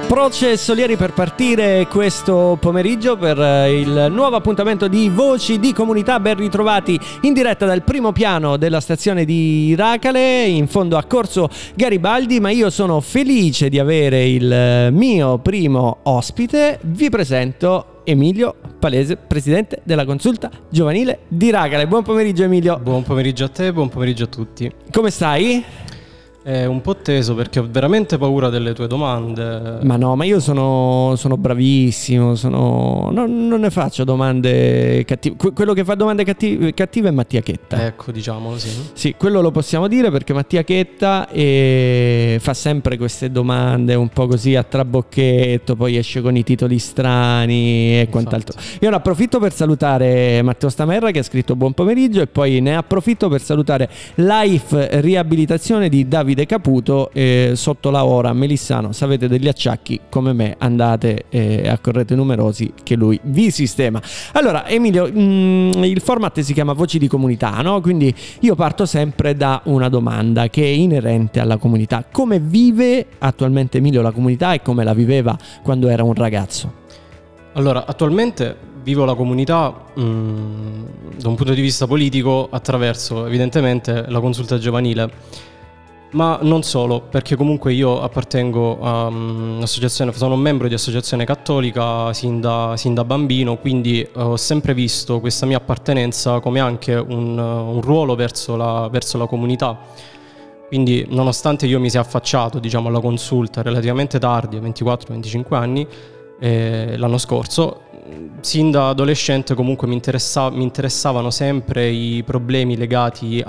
Proce e Solieri per partire questo pomeriggio per il nuovo appuntamento di Voci di Comunità. Ben ritrovati in diretta dal primo piano della stazione di Racale, in fondo a Corso Garibaldi, ma io sono felice di avere il mio primo ospite. Vi presento Emilio Palese, presidente della Consulta Giovanile di Racale. Buon pomeriggio Emilio. Buon pomeriggio a te, buon pomeriggio a tutti. Come stai? È un po' teso perché ho veramente paura delle tue domande. Ma no, ma io sono bravissimo, non ne faccio domande cattive. Quello che fa domande cattive è Mattia Chetta. Ecco, diciamolo, sì. Sì, quello lo possiamo dire perché Mattia Chetta fa sempre queste domande un po' così a trabocchetto, poi esce con i titoli strani e quant'altro. Io ne approfitto per salutare Matteo Stamerra che ha scritto buon pomeriggio, e poi ne approfitto per salutare Life Riabilitazione di Davide Caputo, sotto la ora Melissano. Se avete degli acciacchi come me, andate accorrete numerosi che lui vi sistema. Allora Emilio, il format si chiama Voci di Comunità, no? Quindi io parto sempre da una domanda che è inerente alla comunità. Come vive attualmente Emilio la comunità e come la viveva quando era un ragazzo? Allora, attualmente vivo la comunità da un punto di vista politico attraverso evidentemente la consulta giovanile. Ma non solo, perché comunque io appartengo a un'associazione, sono un membro di associazione cattolica sin da bambino, quindi ho sempre visto questa mia appartenenza come anche un ruolo verso la comunità. Quindi nonostante io mi sia affacciato, diciamo, alla consulta relativamente tardi, a 24-25 anni, l'anno scorso, sin da adolescente comunque mi interessavano sempre i problemi legati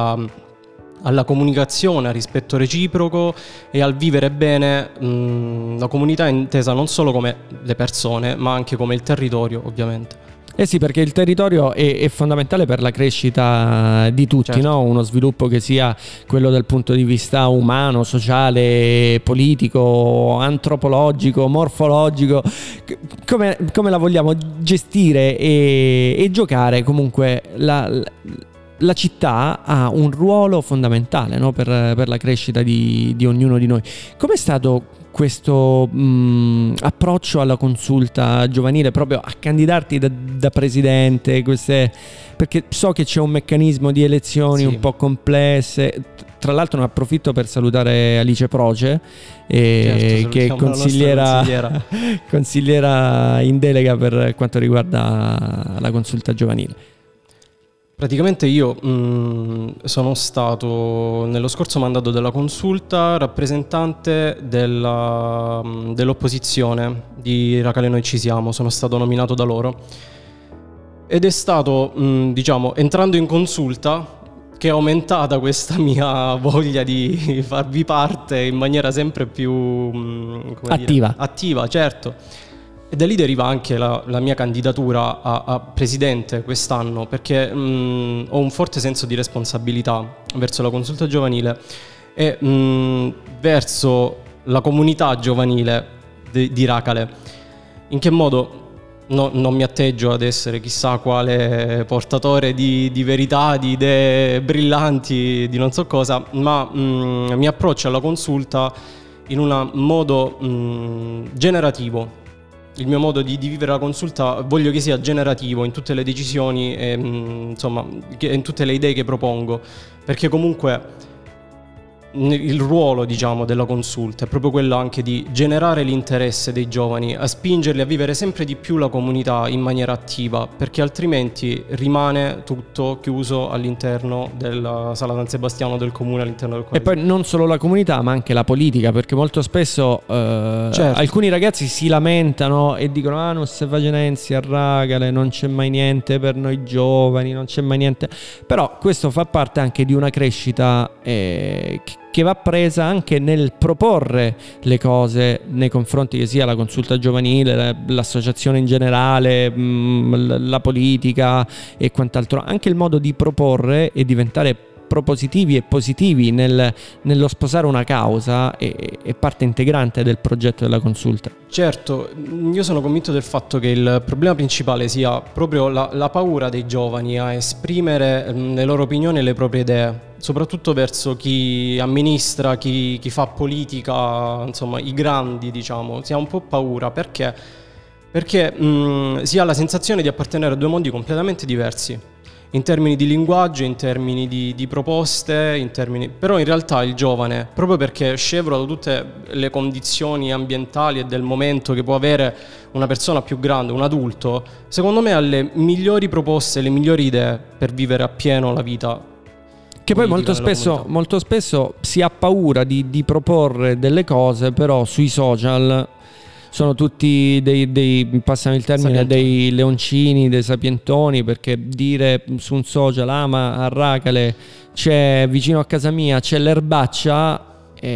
alla comunicazione, al rispetto reciproco e al vivere bene la comunità intesa non solo come le persone, ma anche come il territorio, ovviamente. Eh sì, perché il territorio è fondamentale per la crescita di tutti, certo. No? Uno sviluppo che sia quello dal punto di vista umano, sociale, politico, antropologico, morfologico, come la vogliamo gestire e giocare. Comunque la città ha un ruolo fondamentale, no? per la crescita di ognuno di noi. Com'è stato questo approccio alla consulta giovanile, proprio a candidarti da presidente, perché so che c'è un meccanismo di elezioni un po' complesse. Tra l'altro ne approfitto per salutare Alice Proce, che è consigliera in delega per quanto riguarda la consulta giovanile. Praticamente io sono stato nello scorso mandato della consulta rappresentante dell'opposizione di Racale Noi Ci Siamo, sono stato nominato da loro ed è stato, diciamo, entrando in consulta che è aumentata questa mia voglia di farvi parte in maniera sempre più attiva, certo. E da lì deriva anche la mia candidatura a presidente quest'anno, perché ho un forte senso di responsabilità verso la consulta giovanile e verso la comunità giovanile di Racale. In che modo? Non mi atteggio ad essere chissà quale portatore di verità, di idee brillanti, di non so cosa, ma mi approccio alla consulta in un modo generativo. Il mio modo di vivere la consulta voglio che sia generativo in tutte le decisioni e insomma in tutte le idee che propongo, perché comunque il ruolo, diciamo, della consulta è proprio quello anche di generare l'interesse dei giovani, a spingerli a vivere sempre di più la comunità in maniera attiva, perché altrimenti rimane tutto chiuso all'interno della Sala San Sebastiano del comune, all'interno del quale... E poi non solo la comunità ma anche la politica, perché molto spesso certo. Alcuni ragazzi si lamentano e dicono non si fa a Racale, non c'è mai niente per noi giovani, non c'è mai niente, però questo fa parte anche di una crescita che va presa anche nel proporre le cose nei confronti che sia la consulta giovanile, l'associazione in generale, la politica e quant'altro. Anche il modo di proporre e diventare propositivi e positivi nello sposare una causa è parte integrante del progetto della consulta. Certo, io sono convinto del fatto che il problema principale sia proprio la paura dei giovani a esprimere le loro opinioni e le proprie idee, soprattutto verso chi amministra, chi fa politica, insomma i grandi, diciamo. Si ha un po' paura perché si ha la sensazione di appartenere a due mondi completamente diversi, in termini di linguaggio, in termini di proposte, però in realtà il giovane, proprio perché è scevro da tutte le condizioni ambientali e del momento che può avere una persona più grande, un adulto, secondo me ha le migliori proposte, le migliori idee per vivere appieno la vita. Che poi molto spesso si ha paura di proporre delle cose, però sui social sono tutti passami il termine, dei leoncini, dei sapientoni, perché dire su un social ma a Racale c'è vicino a casa mia c'è l'erbaccia,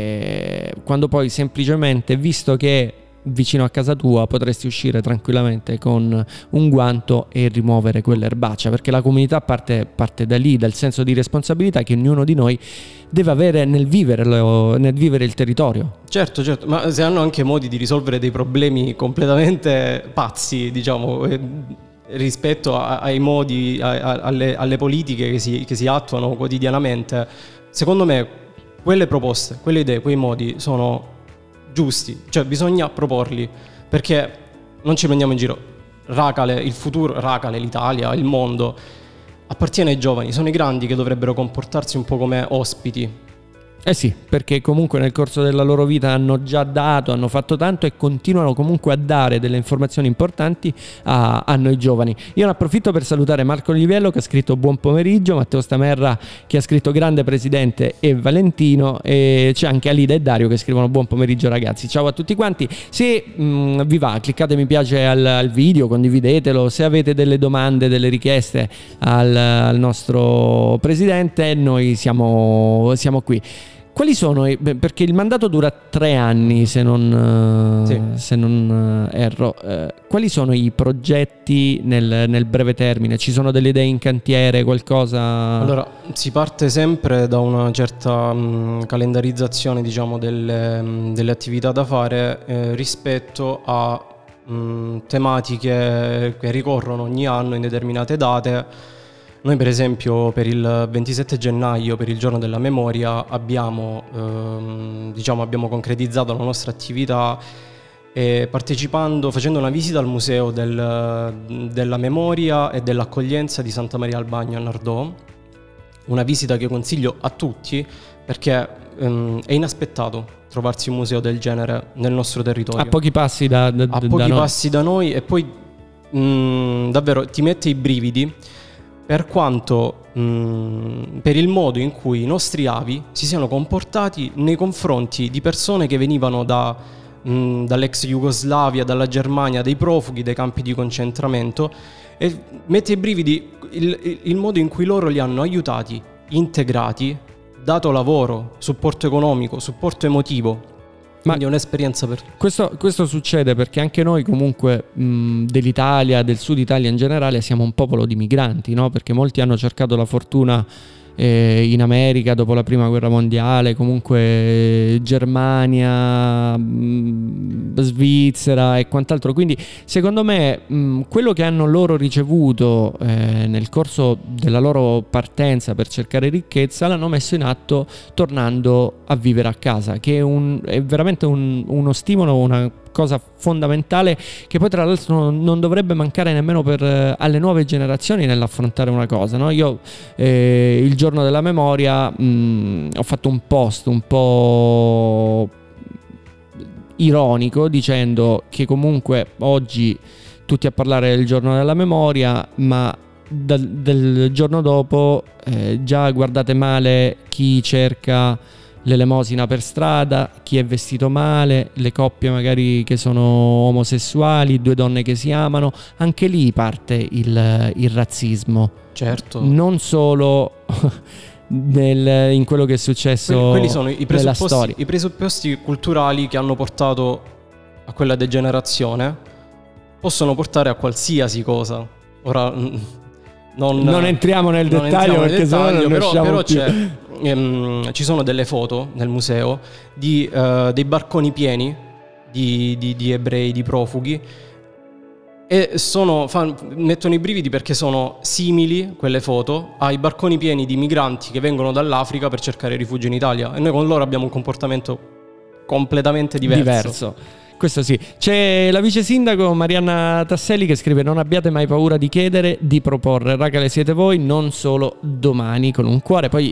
quando poi semplicemente, visto che vicino a casa tua, potresti uscire tranquillamente con un guanto e rimuovere quell'erbaccia, perché la comunità parte da lì, dal senso di responsabilità che ognuno di noi deve avere nel vivere il territorio. Certo, ma si hanno anche modi di risolvere dei problemi completamente pazzi, diciamo, rispetto ai modi, alle politiche che si attuano quotidianamente. Secondo me quelle proposte, quelle idee, quei modi sono giusti, cioè bisogna proporli, perché non ci prendiamo in giro. Racale, il futuro, Racale, l'Italia, il mondo appartiene ai giovani, sono i grandi che dovrebbero comportarsi un po' come ospiti. Eh sì, perché comunque nel corso della loro vita hanno già dato, hanno fatto tanto e continuano comunque a dare delle informazioni importanti a noi giovani. Io ne approfitto per salutare Marco Livello che ha scritto buon pomeriggio, Matteo Stamerra che ha scritto grande presidente e Valentino, e c'è anche Alida e Dario che scrivono buon pomeriggio ragazzi. Ciao a tutti quanti, se vi va cliccate mi piace al video, condividetelo, se avete delle domande, delle richieste al nostro presidente noi siamo qui. Quali sono, perché il mandato dura 3 anni se non erro, quali sono i progetti nel breve termine? Ci sono delle idee in cantiere, qualcosa? Allora, si parte sempre da una certa calendarizzazione, diciamo, delle attività da fare rispetto a tematiche che ricorrono ogni anno in determinate date. Noi per esempio per il 27 gennaio, per il giorno della memoria, abbiamo concretizzato la nostra attività facendo una visita al museo della memoria e dell'accoglienza di Santa Maria al Bagno a Nardò. Una visita che consiglio a tutti perché è inaspettato trovarsi un museo del genere nel nostro territorio. A pochi passi da passi da noi, e poi davvero ti mette i brividi per quanto per il modo in cui i nostri avi si siano comportati nei confronti di persone che venivano dall'ex Jugoslavia, dalla Germania, dei profughi, dai campi di concentramento, e mette i brividi il modo in cui loro li hanno aiutati, integrati, dato lavoro, supporto economico, supporto emotivo. Quindi è un'esperienza per tutti. Questo succede perché anche noi comunque dell'Italia, del sud Italia in generale, siamo un popolo di migranti, no? Perché molti hanno cercato la fortuna in America dopo la prima guerra mondiale, comunque Germania, Svizzera e quant'altro. Quindi secondo me quello che hanno loro ricevuto nel corso della loro partenza per cercare ricchezza l'hanno messo in atto tornando a vivere a casa, che è veramente uno stimolo, una cosa fondamentale che poi tra l'altro non dovrebbe mancare nemmeno alle nuove generazioni nell'affrontare una cosa, no? Io il giorno della memoria ho fatto un post un po' ironico dicendo che comunque oggi tutti a parlare del giorno della memoria, ma del giorno dopo già guardate male chi cerca l'elemosina per strada, chi è vestito male, le coppie magari che sono omosessuali, 2 donne che si amano. Anche lì parte il razzismo. Certo. Non solo in quello che è successo quelli sono nella storia. I presupposti culturali che hanno portato a quella degenerazione possono portare a qualsiasi cosa. Ora Non entriamo nel dettaglio perché sennò non però più. ci sono delle foto nel museo di dei barconi pieni di ebrei, di profughi, e mettono i brividi perché sono simili, quelle foto, ai barconi pieni di migranti che vengono dall'Africa per cercare rifugio in Italia, e noi con loro abbiamo un comportamento completamente diverso. Questo sì. C'è la vice sindaco Marianna Tasselli che scrive: non abbiate mai paura di chiedere, di proporre. Ragazzi, siete voi, non solo domani, con un cuore. Poi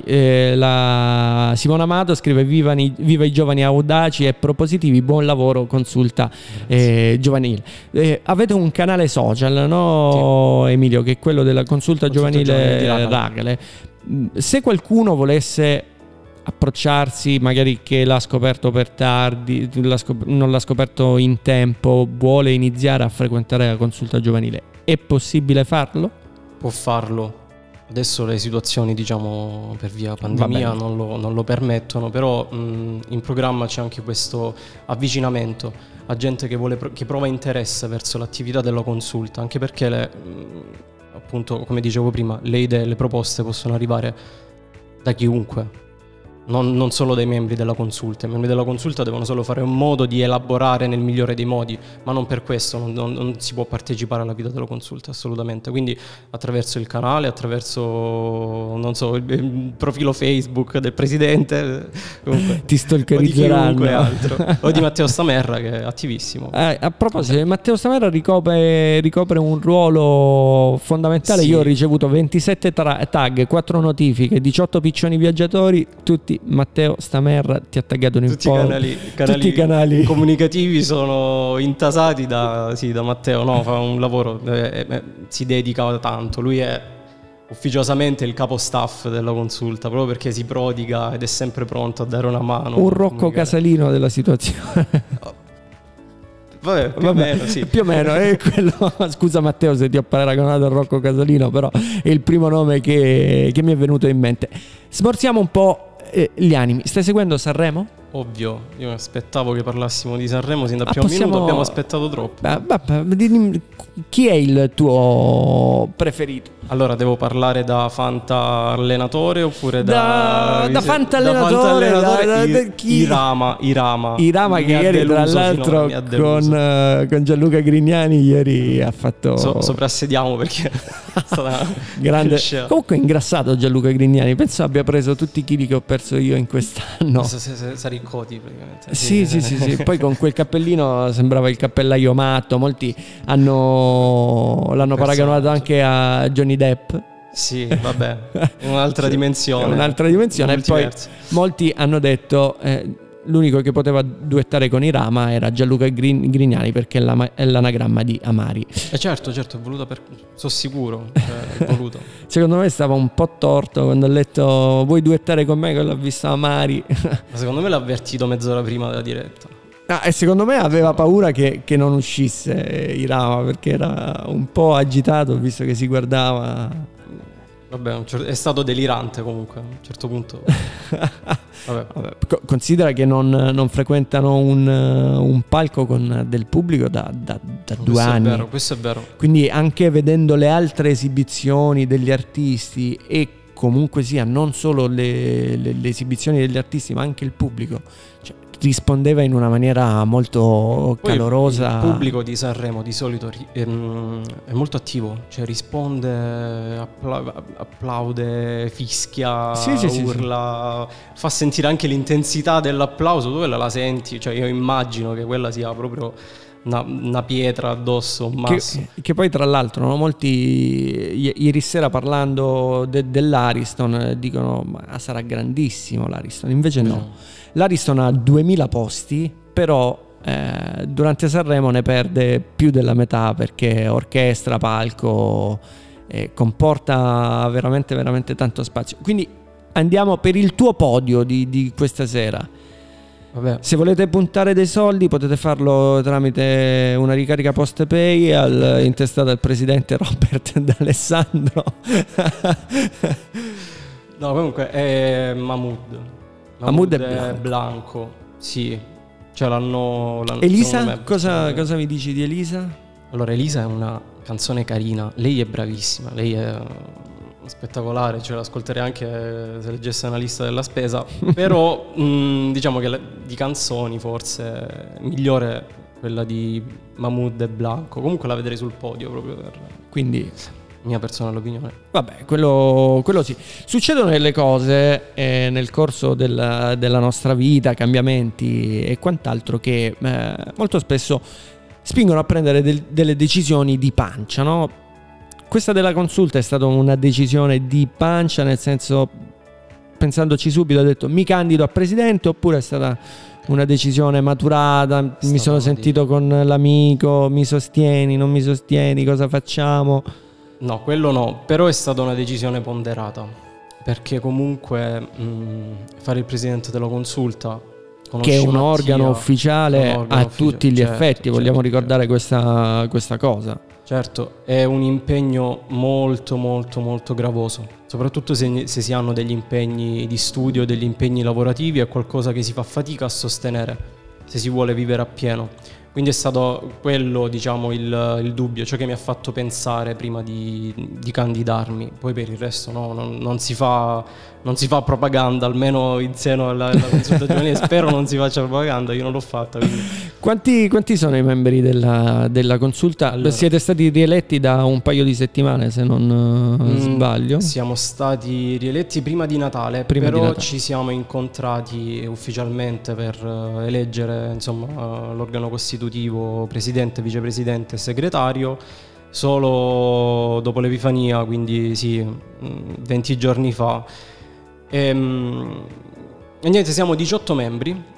la Simona Amato scrive: viva i giovani audaci e propositivi, buon lavoro, consulta giovanile. Avete un canale social, no, sì, Emilio, che è quello della consulta giovanile Ragale. Se qualcuno volesse approcciarsi, magari che l'ha scoperto per tardi, non l'ha scoperto in tempo, vuole iniziare a frequentare la consulta giovanile, è possibile farlo? Può farlo. Adesso le situazioni, diciamo, per via pandemia non lo permettono, però in programma c'è anche questo avvicinamento a gente che prova interesse verso l'attività della consulta, anche perché appunto, come dicevo prima, le idee, le proposte possono arrivare da chiunque. Non solo dai membri della consulta. I membri della consulta devono solo fare un modo di elaborare nel migliore dei modi, ma non per questo non si può partecipare alla vita della consulta, assolutamente. Quindi attraverso il canale, attraverso, non so, il profilo Facebook del presidente, comunque, ti stalkerizzeranno, o di chiunque altro, o di Matteo Stamerra, che è attivissimo. A proposito, Matteo Stamerra ricopre un ruolo fondamentale. Sì. Io ho ricevuto 27 tag, 4 notifiche, 18 piccioni viaggiatori, tutti Matteo Stamerra ti ha taggato in tutti i canali comunicativi sono intasati da Matteo. No, fa un lavoro, si dedica tanto. Lui è ufficiosamente il capo staff della consulta, proprio perché si prodiga ed è sempre pronto a dare una mano. Un Rocco Casalino della situazione. Vabbè, più o meno, sì. Più o meno è quello. Scusa Matteo se ti ho paragonato a Rocco Casalino, però è il primo nome che mi è venuto in mente. Smorziamo un po' gli animi. Stai seguendo Sanremo? Ovvio, io aspettavo che parlassimo di Sanremo sin dal primo minuto, abbiamo aspettato troppo. Chi è il tuo preferito? Allora, devo parlare da Fanta allenatore oppure da Fanta allenatore? Irama che ieri tra l'altro con Gianluca Grignani ieri ha fatto soprassediamo perché è stata grande. Comunque è ingrassato Gianluca Grignani, penso abbia preso tutti i chili che ho perso io in quest'anno. Sarei coti praticamente. Sì. Poi con quel cappellino sembrava il cappellaio matto. Molti l'hanno paragonato anche a Johnny Depp. Sì, vabbè, un'altra dimensione. Un'altra dimensione. E poi molti hanno detto l'unico che poteva duettare con Irama era Gianluca Grignani, perché è l'anagramma di Amari. Certo, è voluta sono sicuro, è voluto. Secondo me stava un po' torto quando ha letto vuoi duettare con me, che l'ha visto Amari. Ma secondo me l'ha avvertito mezz'ora prima della diretta. E secondo me aveva paura che non uscisse Irama, perché era un po' agitato visto che si guardava. Vabbè, è stato delirante comunque a un certo punto. Vabbè. Considera che non frequentano un palco con del pubblico da 2 anni. Questo è vero. Quindi anche vedendo le altre esibizioni degli artisti, e comunque sia non solo le esibizioni degli artisti ma anche il pubblico, cioè, rispondeva in una maniera molto calorosa. Il pubblico di Sanremo di solito è molto attivo, cioè risponde, applaude, fischia, urla, fa sentire anche l'intensità dell'applauso. Tu quella la senti, cioè io immagino che quella sia proprio una pietra addosso, un masso. Che poi tra l'altro, no, molti ieri sera parlando dell'Ariston dicono ma sarà grandissimo l'Ariston, invece no. L'Ariston ha 2000 posti, però durante Sanremo ne perde più della metà, perché orchestra, palco, comporta veramente veramente tanto spazio. Quindi andiamo per il tuo podio di questa sera. Vabbè. Se volete puntare dei soldi potete farlo tramite una ricarica PostePay intestata al presidente Robert D'Alessandro. No, comunque è Mahmood è Blanco. Sì, cioè l'hanno Elisa? Cosa mi dici di Elisa? Allora, Elisa è una canzone carina, lei è bravissima, lei è spettacolare, ce l'ascolterei anche se leggesse una lista della spesa, però diciamo che di canzoni forse migliore quella di Mahmood e Blanco, comunque la vedrei sul podio proprio per quindi mia personale opinione. Vabbè, quello sì. Succedono delle cose nel corso della nostra vita, cambiamenti e quant'altro che molto spesso spingono a prendere delle decisioni di pancia, no? Questa della consulta è stata una decisione di pancia, nel senso, pensandoci subito, ho detto mi candido a presidente, oppure è stata una decisione maturata, mi sono sentito con l'amico, mi sostieni, non mi sostieni, cosa facciamo? No, quello no, però è stata una decisione ponderata, perché comunque fare il presidente della consulta, che è un organo ufficiale a tutti gli effetti, vogliamo ricordare questa cosa. Certo, è un impegno molto molto molto gravoso, soprattutto se si hanno degli impegni di studio, degli impegni lavorativi, è qualcosa che si fa fatica a sostenere se si vuole vivere appieno. Quindi è stato quello, diciamo, il dubbio, ciò che mi ha fatto pensare prima di candidarmi. Poi per il resto no, non si fa propaganda, almeno in seno alla consulta giovanile. Spero non si faccia propaganda, io non l'ho fatta. Quanti sono i membri della consulta? Allora, siete stati rieletti da un paio di settimane, se non sbaglio? Siamo stati rieletti prima di Natale, però ci siamo incontrati ufficialmente per eleggere, insomma, l'organo costitutivo, presidente, vicepresidente e segretario, solo dopo l'Epifania, quindi sì, 20 giorni fa. E niente, siamo 18 membri,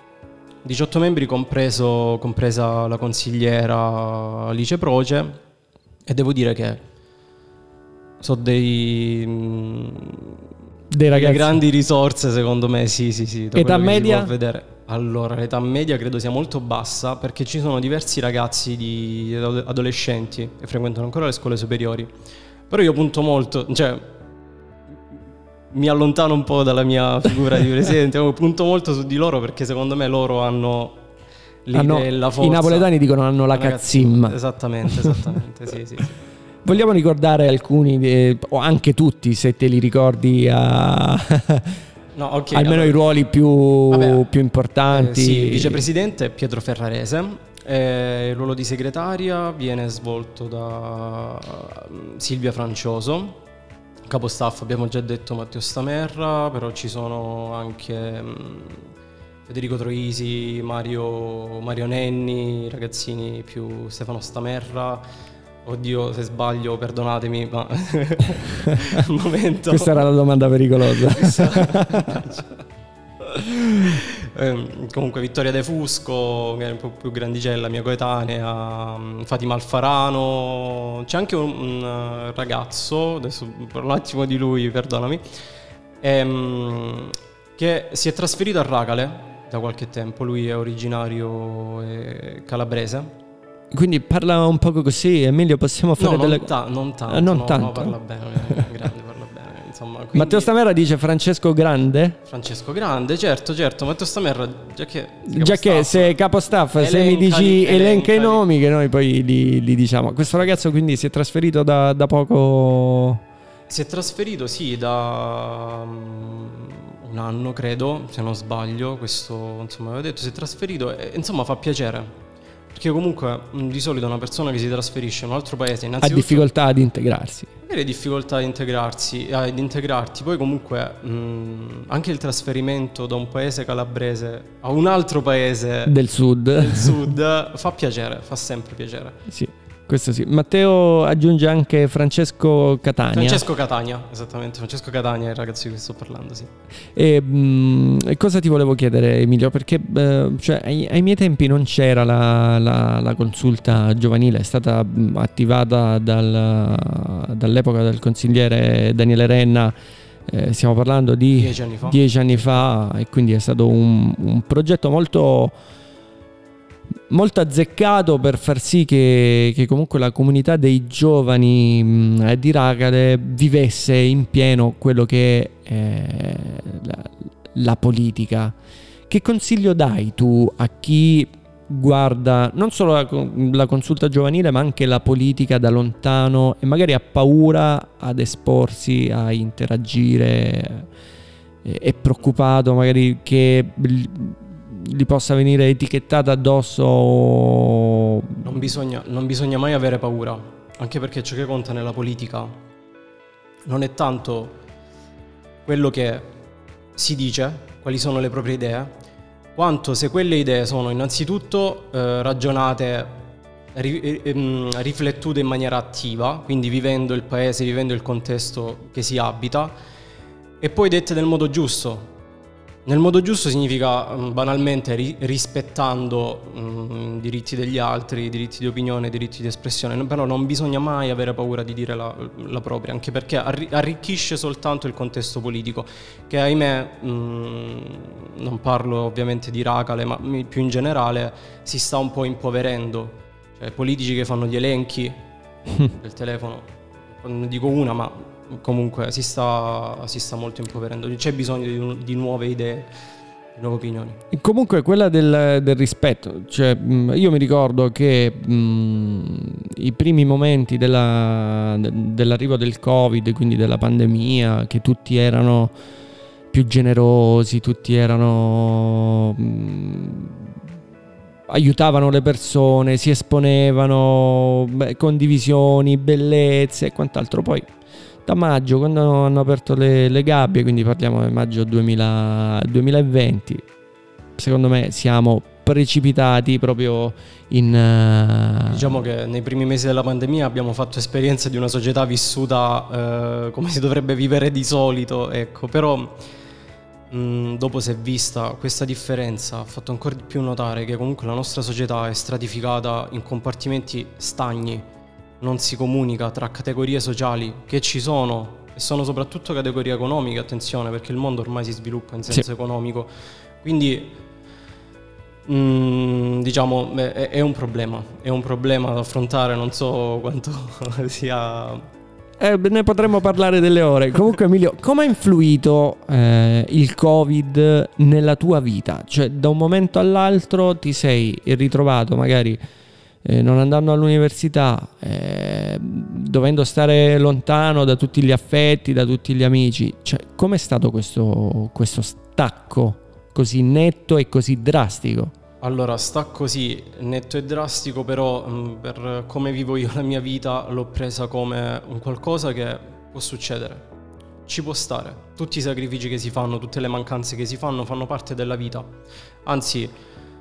compresa la consigliera Alice Proce, e devo dire che sono dei ragazzi, grandi risorse, secondo me. Sì, età media? Vedere. Allora, l'età media credo sia molto bassa, perché ci sono diversi ragazzi adolescenti che frequentano ancora le scuole superiori. Però io punto molto, cioè mi allontano un po' dalla mia figura di presidente, punto molto su di loro, perché secondo me loro hanno l'idea e la forza. I napoletani dicono hanno la cazzimma. Esattamente, sì. Vogliamo ricordare alcuni, o anche tutti, se te li ricordi, no, okay, almeno i ruoli più importanti. Sì, vicepresidente Pietro Ferrarese, il ruolo di segretaria viene svolto da Silvia Francioso, capostaff abbiamo già detto Matteo Stamerra, però ci sono anche Federico Troisi, Mario Nenni, ragazzini più Stefano Stamerra. Oddio, se sbaglio, perdonatemi, ma al momento... Questa era la domanda pericolosa. Comunque Vittoria De Fusco, che è un po' più grandicella, mia coetanea, Fatima Alfarano, c'è anche un ragazzo, adesso parlo un attimo di lui, perdonami, che si è trasferito a Racale da qualche tempo, lui è originario calabrese. Quindi parla un poco così, Emilio, possiamo fare non tanto. No, parla bene, grande, parla bene, insomma. Quindi... Matteo Stamerra dice Francesco Grande, certo, Matteo Stamerra, già che se capostaff, se mi dici elenca i nomi, che noi poi li diciamo. Questo ragazzo quindi si è trasferito da poco? Si è trasferito, sì, da un anno credo, se non sbaglio, questo insomma aveva detto, si è trasferito e insomma fa piacere. Perché comunque di solito una persona che si trasferisce in un altro paese innanzitutto ha difficoltà ad integrarsi. Hai difficoltà ad integrarti, poi comunque anche il trasferimento da un paese calabrese a un altro paese del sud fa piacere, fa sempre piacere. Sì, questo sì. Matteo aggiunge anche Francesco Catania, esattamente, Francesco Catania è il ragazzo di cui sto parlando, sì. E cosa ti volevo chiedere, Emilio? Perché cioè, ai miei tempi non c'era la consulta giovanile, è stata attivata dall'epoca del consigliere Daniele Renna, stiamo parlando di 10 anni fa, e quindi è stato un progetto molto azzeccato per far sì che comunque la comunità dei giovani di Racale vivesse in pieno quello che è la politica. Che consiglio dai tu a chi guarda non solo la consulta giovanile, ma anche la politica da lontano e magari ha paura ad esporsi, a interagire, è preoccupato magari che gli possa venire etichettata addosso. Non bisogna mai avere paura, anche perché ciò che conta nella politica non è tanto quello che si dice, quali sono le proprie idee, quanto se quelle idee sono innanzitutto ragionate, riflettute in maniera attiva, quindi vivendo il paese, vivendo il contesto che si abita, e poi dette nel modo giusto. Nel modo giusto significa banalmente rispettando diritti degli altri, diritti di opinione, diritti di espressione, però non bisogna mai avere paura di dire la propria, anche perché arricchisce soltanto il contesto politico, che ahimè, non parlo ovviamente di Racale, ma più in generale, si sta un po' impoverendo. Cioè politici che fanno gli elenchi del telefono, non dico una, ma comunque si sta molto impoverendo. C'è bisogno di nuove idee, di nuove opinioni. Comunque quella del rispetto, cioè io mi ricordo che i primi momenti dell'arrivo del Covid, quindi della pandemia, che tutti erano più generosi, tutti erano aiutavano le persone, si esponevano, condivisioni, bellezze e quant'altro. Poi da maggio, quando hanno aperto le gabbie, quindi parliamo di maggio 2020, secondo me siamo precipitati proprio in... Diciamo che nei primi mesi della pandemia abbiamo fatto esperienza di una società vissuta come si dovrebbe vivere di solito, ecco, però dopo si è vista questa differenza, ha fatto ancora di più notare che comunque la nostra società è stratificata in compartimenti stagni. Non si comunica tra categorie sociali che ci sono, e sono soprattutto categorie economiche, attenzione, perché il mondo ormai si sviluppa in senso economico, quindi diciamo è un problema da affrontare, non so quanto sia... ne potremmo parlare delle ore. Comunque Emilio, come ha influito il Covid nella tua vita? Cioè da un momento all'altro ti sei ritrovato magari non andando all'università, dovendo stare lontano da tutti gli affetti, da tutti gli amici. Cioè, com'è stato questo stacco così netto e così drastico? Allora, sta così netto e drastico, però per come vivo io la mia vita l'ho presa come un qualcosa che può succedere, ci può stare. Tutti i sacrifici che si fanno, tutte le mancanze che si fanno parte della vita. Anzi,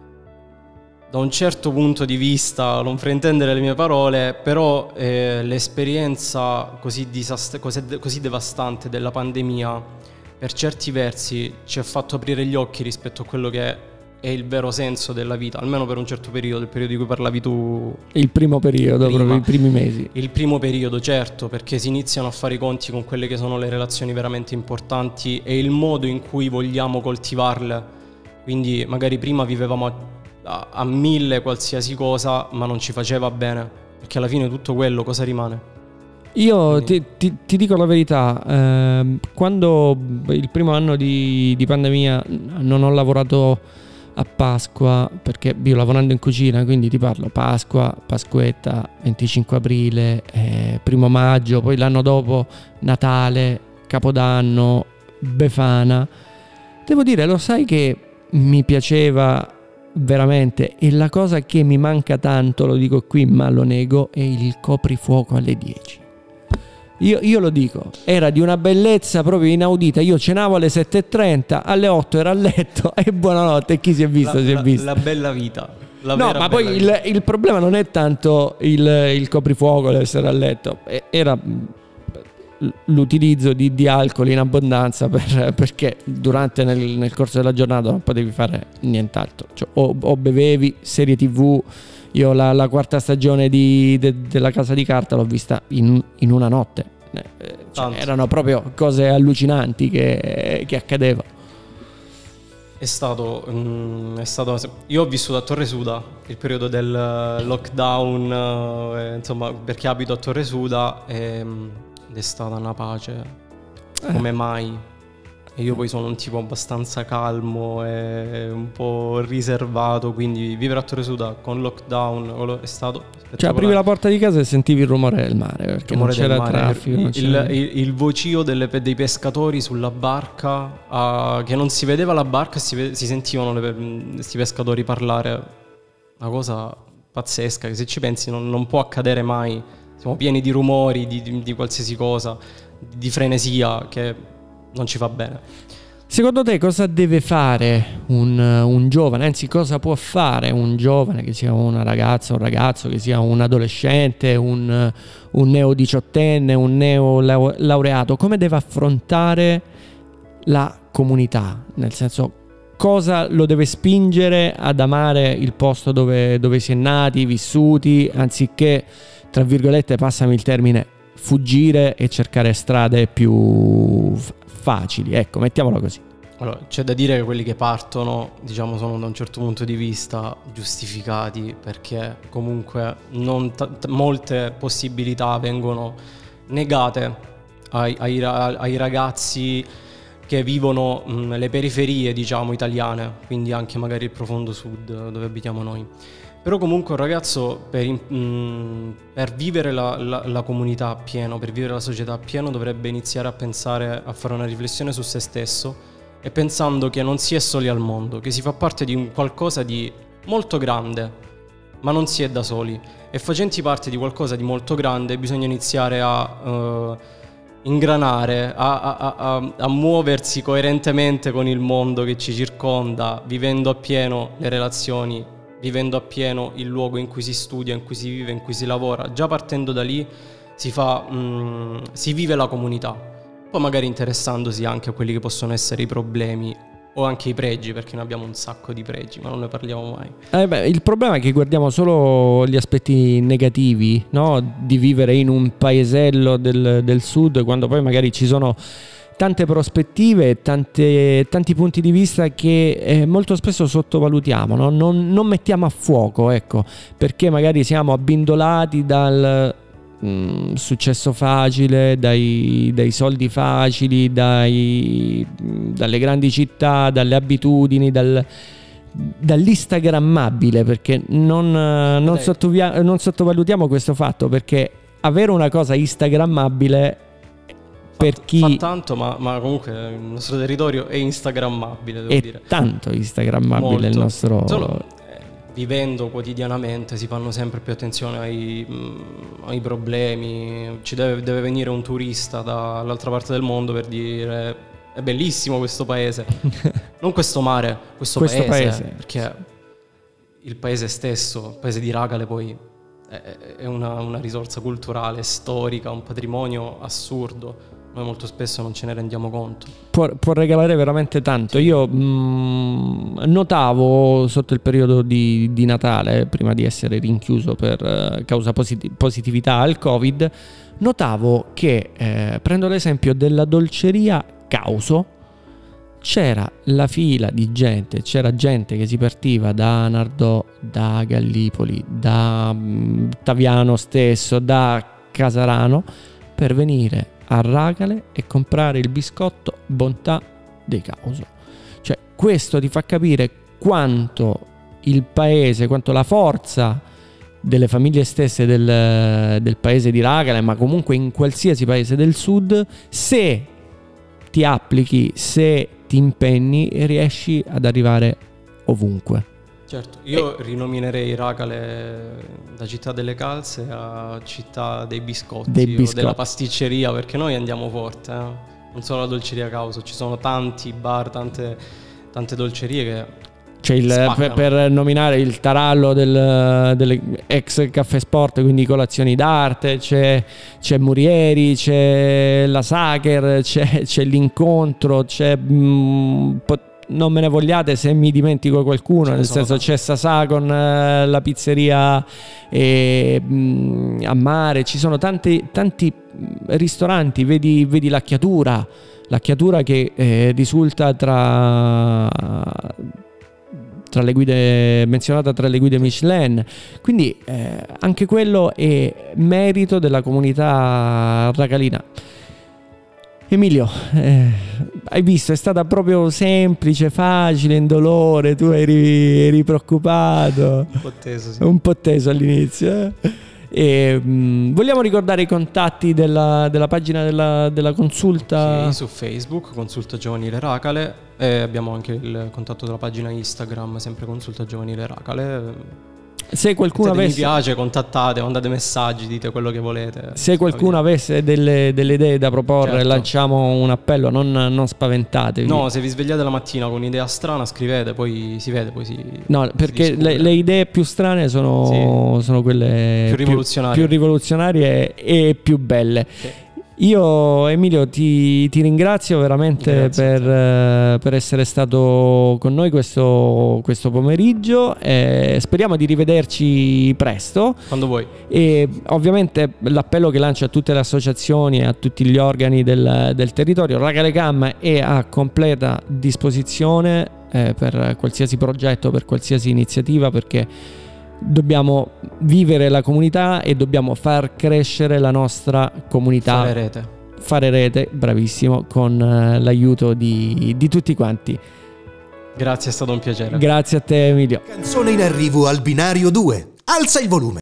da un certo punto di vista, non fraintendere le mie parole, però l'esperienza così devastante della pandemia per certi versi ci ha fatto aprire gli occhi rispetto a quello che è il vero senso della vita, almeno per un certo periodo, il periodo di cui parlavi tu. Il primo periodo, proprio i primi mesi. Il primo periodo, certo, perché si iniziano a fare i conti con quelle che sono le relazioni veramente importanti e il modo in cui vogliamo coltivarle. Quindi magari prima vivevamo a mille qualsiasi cosa, ma non ci faceva bene, perché alla fine tutto quello cosa rimane? Io ti dico la verità, quando il primo anno di pandemia non ho lavorato a Pasqua, perché io lavorando in cucina, quindi ti parlo Pasqua, Pasquetta, 25 aprile, 1 maggio, poi l'anno dopo Natale, Capodanno, Befana. Devo dire, lo sai che mi piaceva veramente, e la cosa che mi manca tanto, lo dico qui ma lo nego, è il coprifuoco alle 10. Io lo dico, era di una bellezza proprio inaudita. Io cenavo alle 7:30, alle 8 ero a letto e buonanotte, e chi si è visto si è visto. La bella vita. No, ma poi il problema non è tanto il coprifuoco, l'essere a letto, era l'utilizzo di alcol in abbondanza, perché durante nel corso della giornata non potevi fare nient'altro, cioè, o bevevi, serie TV. Io la quarta stagione della Casa di Carta l'ho vista in una notte, cioè, erano proprio cose allucinanti che accadevano. È stato io ho vissuto a Torre Suda il periodo del lockdown, insomma, perché abito a Torre Suda, ed è stata una pace come mai. e io poi sono un tipo abbastanza calmo e un po' riservato, quindi vivere a Torre Suda con lockdown è stato spettacolare. Cioè aprivi la porta di casa e sentivi il rumore del mare, perché non c'era traffico. Il vocio dei pescatori sulla barca, che non si vedeva la barca, si sentivano questi pescatori parlare. Una cosa pazzesca, che se ci pensi non può accadere mai. Siamo pieni di rumori, di qualsiasi cosa, di frenesia, che non ci fa bene. Secondo te cosa deve fare un giovane, anzi cosa può fare un giovane, che sia una ragazza, un ragazzo, che sia un adolescente, un neo diciottenne, un neo laureato? Come deve affrontare la comunità? Nel senso, cosa lo deve spingere ad amare il posto dove si è nati, vissuti, anziché, tra virgolette, passami il termine, fuggire e cercare strade più facili, ecco, mettiamolo così. Allora, c'è da dire che quelli che partono, diciamo, sono da un certo punto di vista giustificati, perché comunque molte possibilità vengono negate ai ragazzi che vivono le periferie, diciamo, italiane, quindi anche magari il profondo sud dove abitiamo noi. Però comunque un ragazzo per vivere la comunità appieno, per vivere la società appieno, dovrebbe iniziare a pensare, a fare una riflessione su se stesso, e pensando che non si è soli al mondo, che si fa parte di un qualcosa di molto grande, ma non si è da soli. E facenti parte di qualcosa di molto grande bisogna iniziare a ingranare, a muoversi coerentemente con il mondo che ci circonda, vivendo appieno le relazioni, vivendo appieno il luogo in cui si studia, in cui si vive, in cui si lavora. Già partendo da lì si vive la comunità, poi magari interessandosi anche a quelli che possono essere i problemi o anche i pregi, perché noi abbiamo un sacco di pregi, ma non ne parliamo mai. Il problema è che guardiamo solo gli aspetti negativi, no? Di vivere in un paesello del sud, quando poi magari ci sono tante prospettive, tanti punti di vista che molto spesso sottovalutiamo, no? Non mettiamo a fuoco, ecco, perché magari siamo abbindolati dal successo facile, dai soldi facili, dalle grandi città, dalle abitudini, dall'instagrammabile, perché non sottovalutiamo questo fatto, perché avere una cosa instagrammabile per chi fa tanto, ma comunque il nostro territorio è instagrammabile, devo dire. È tanto instagrammabile. Molto. Il nostro... Solo vivendo quotidianamente si fanno sempre più attenzione ai problemi. Ci deve venire un turista dall'altra parte del mondo per dire: è bellissimo questo paese. Non questo mare, questo paese. Perché il paese stesso, il paese di Racale, poi è una risorsa culturale, storica, un patrimonio assurdo. Noi molto spesso non ce ne rendiamo conto. Può regalare veramente tanto. Io notavo sotto il periodo di Natale, prima di essere rinchiuso per causa positività al Covid, notavo che, prendo l'esempio della dolceria Causo, c'era la fila di gente, c'era gente che si partiva da Nardò, da Gallipoli, da Taviano stesso, da Casarano, per venire a Racale e comprare il biscotto Bontà dei Causo. Cioè, questo ti fa capire quanto il paese, quanto la forza delle famiglie stesse del paese di Racale, ma comunque in qualsiasi paese del sud, se ti applichi, se ti impegni, riesci ad arrivare ovunque. Certo, io rinominerei Racale da città delle calze a città dei biscotti. O della pasticceria, perché noi andiamo forte, non solo la dolceria Causo, ci sono tanti bar, tante dolcerie che c'è per nominare il tarallo delle ex Caffè Sport, quindi colazioni d'arte, c'è Murieri, c'è la Sacher, c'è l'Incontro, c'è non me ne vogliate se mi dimentico qualcuno, nel senso c'è Sasà con la pizzeria a mare, ci sono tanti ristoranti, vedi l'Acchiatura che risulta tra le guide, menzionata tra le guide Michelin, quindi anche quello è merito della comunità racalina. Emilio, hai visto, è stata proprio semplice, facile, indolore, tu eri preoccupato. Un po' teso, sì. Un po' teso all'inizio. Vogliamo ricordare i contatti della pagina della consulta? Sì, su Facebook, Consulta Giovanile Racale, e abbiamo anche il contatto della pagina Instagram, sempre Consulta Giovanile Racale. Se qualcuno mi avesse, piace, contattate, mandate messaggi, dite quello che volete. se qualcuno avesse delle idee da proporre, certo, lanciamo un appello, non spaventatevi. No, se vi svegliate la mattina con un'idea strana, scrivete, poi si vede, poi si... No, perché le idee più strane sono quelle più rivoluzionarie e più belle. Sì. Io, Emilio, ti ringrazio veramente per essere stato con noi questo pomeriggio. Speriamo di rivederci presto. Quando vuoi. E ovviamente l'appello che lancio a tutte le associazioni e a tutti gli organi del territorio, Racale Cam è a completa disposizione per qualsiasi progetto, per qualsiasi iniziativa, perché dobbiamo vivere la comunità e dobbiamo far crescere la nostra comunità. Fare rete, bravissimo, con l'aiuto di tutti quanti. Grazie, è stato un piacere. Grazie a te, Emilio. Canzone in arrivo al binario 2. Alza il volume.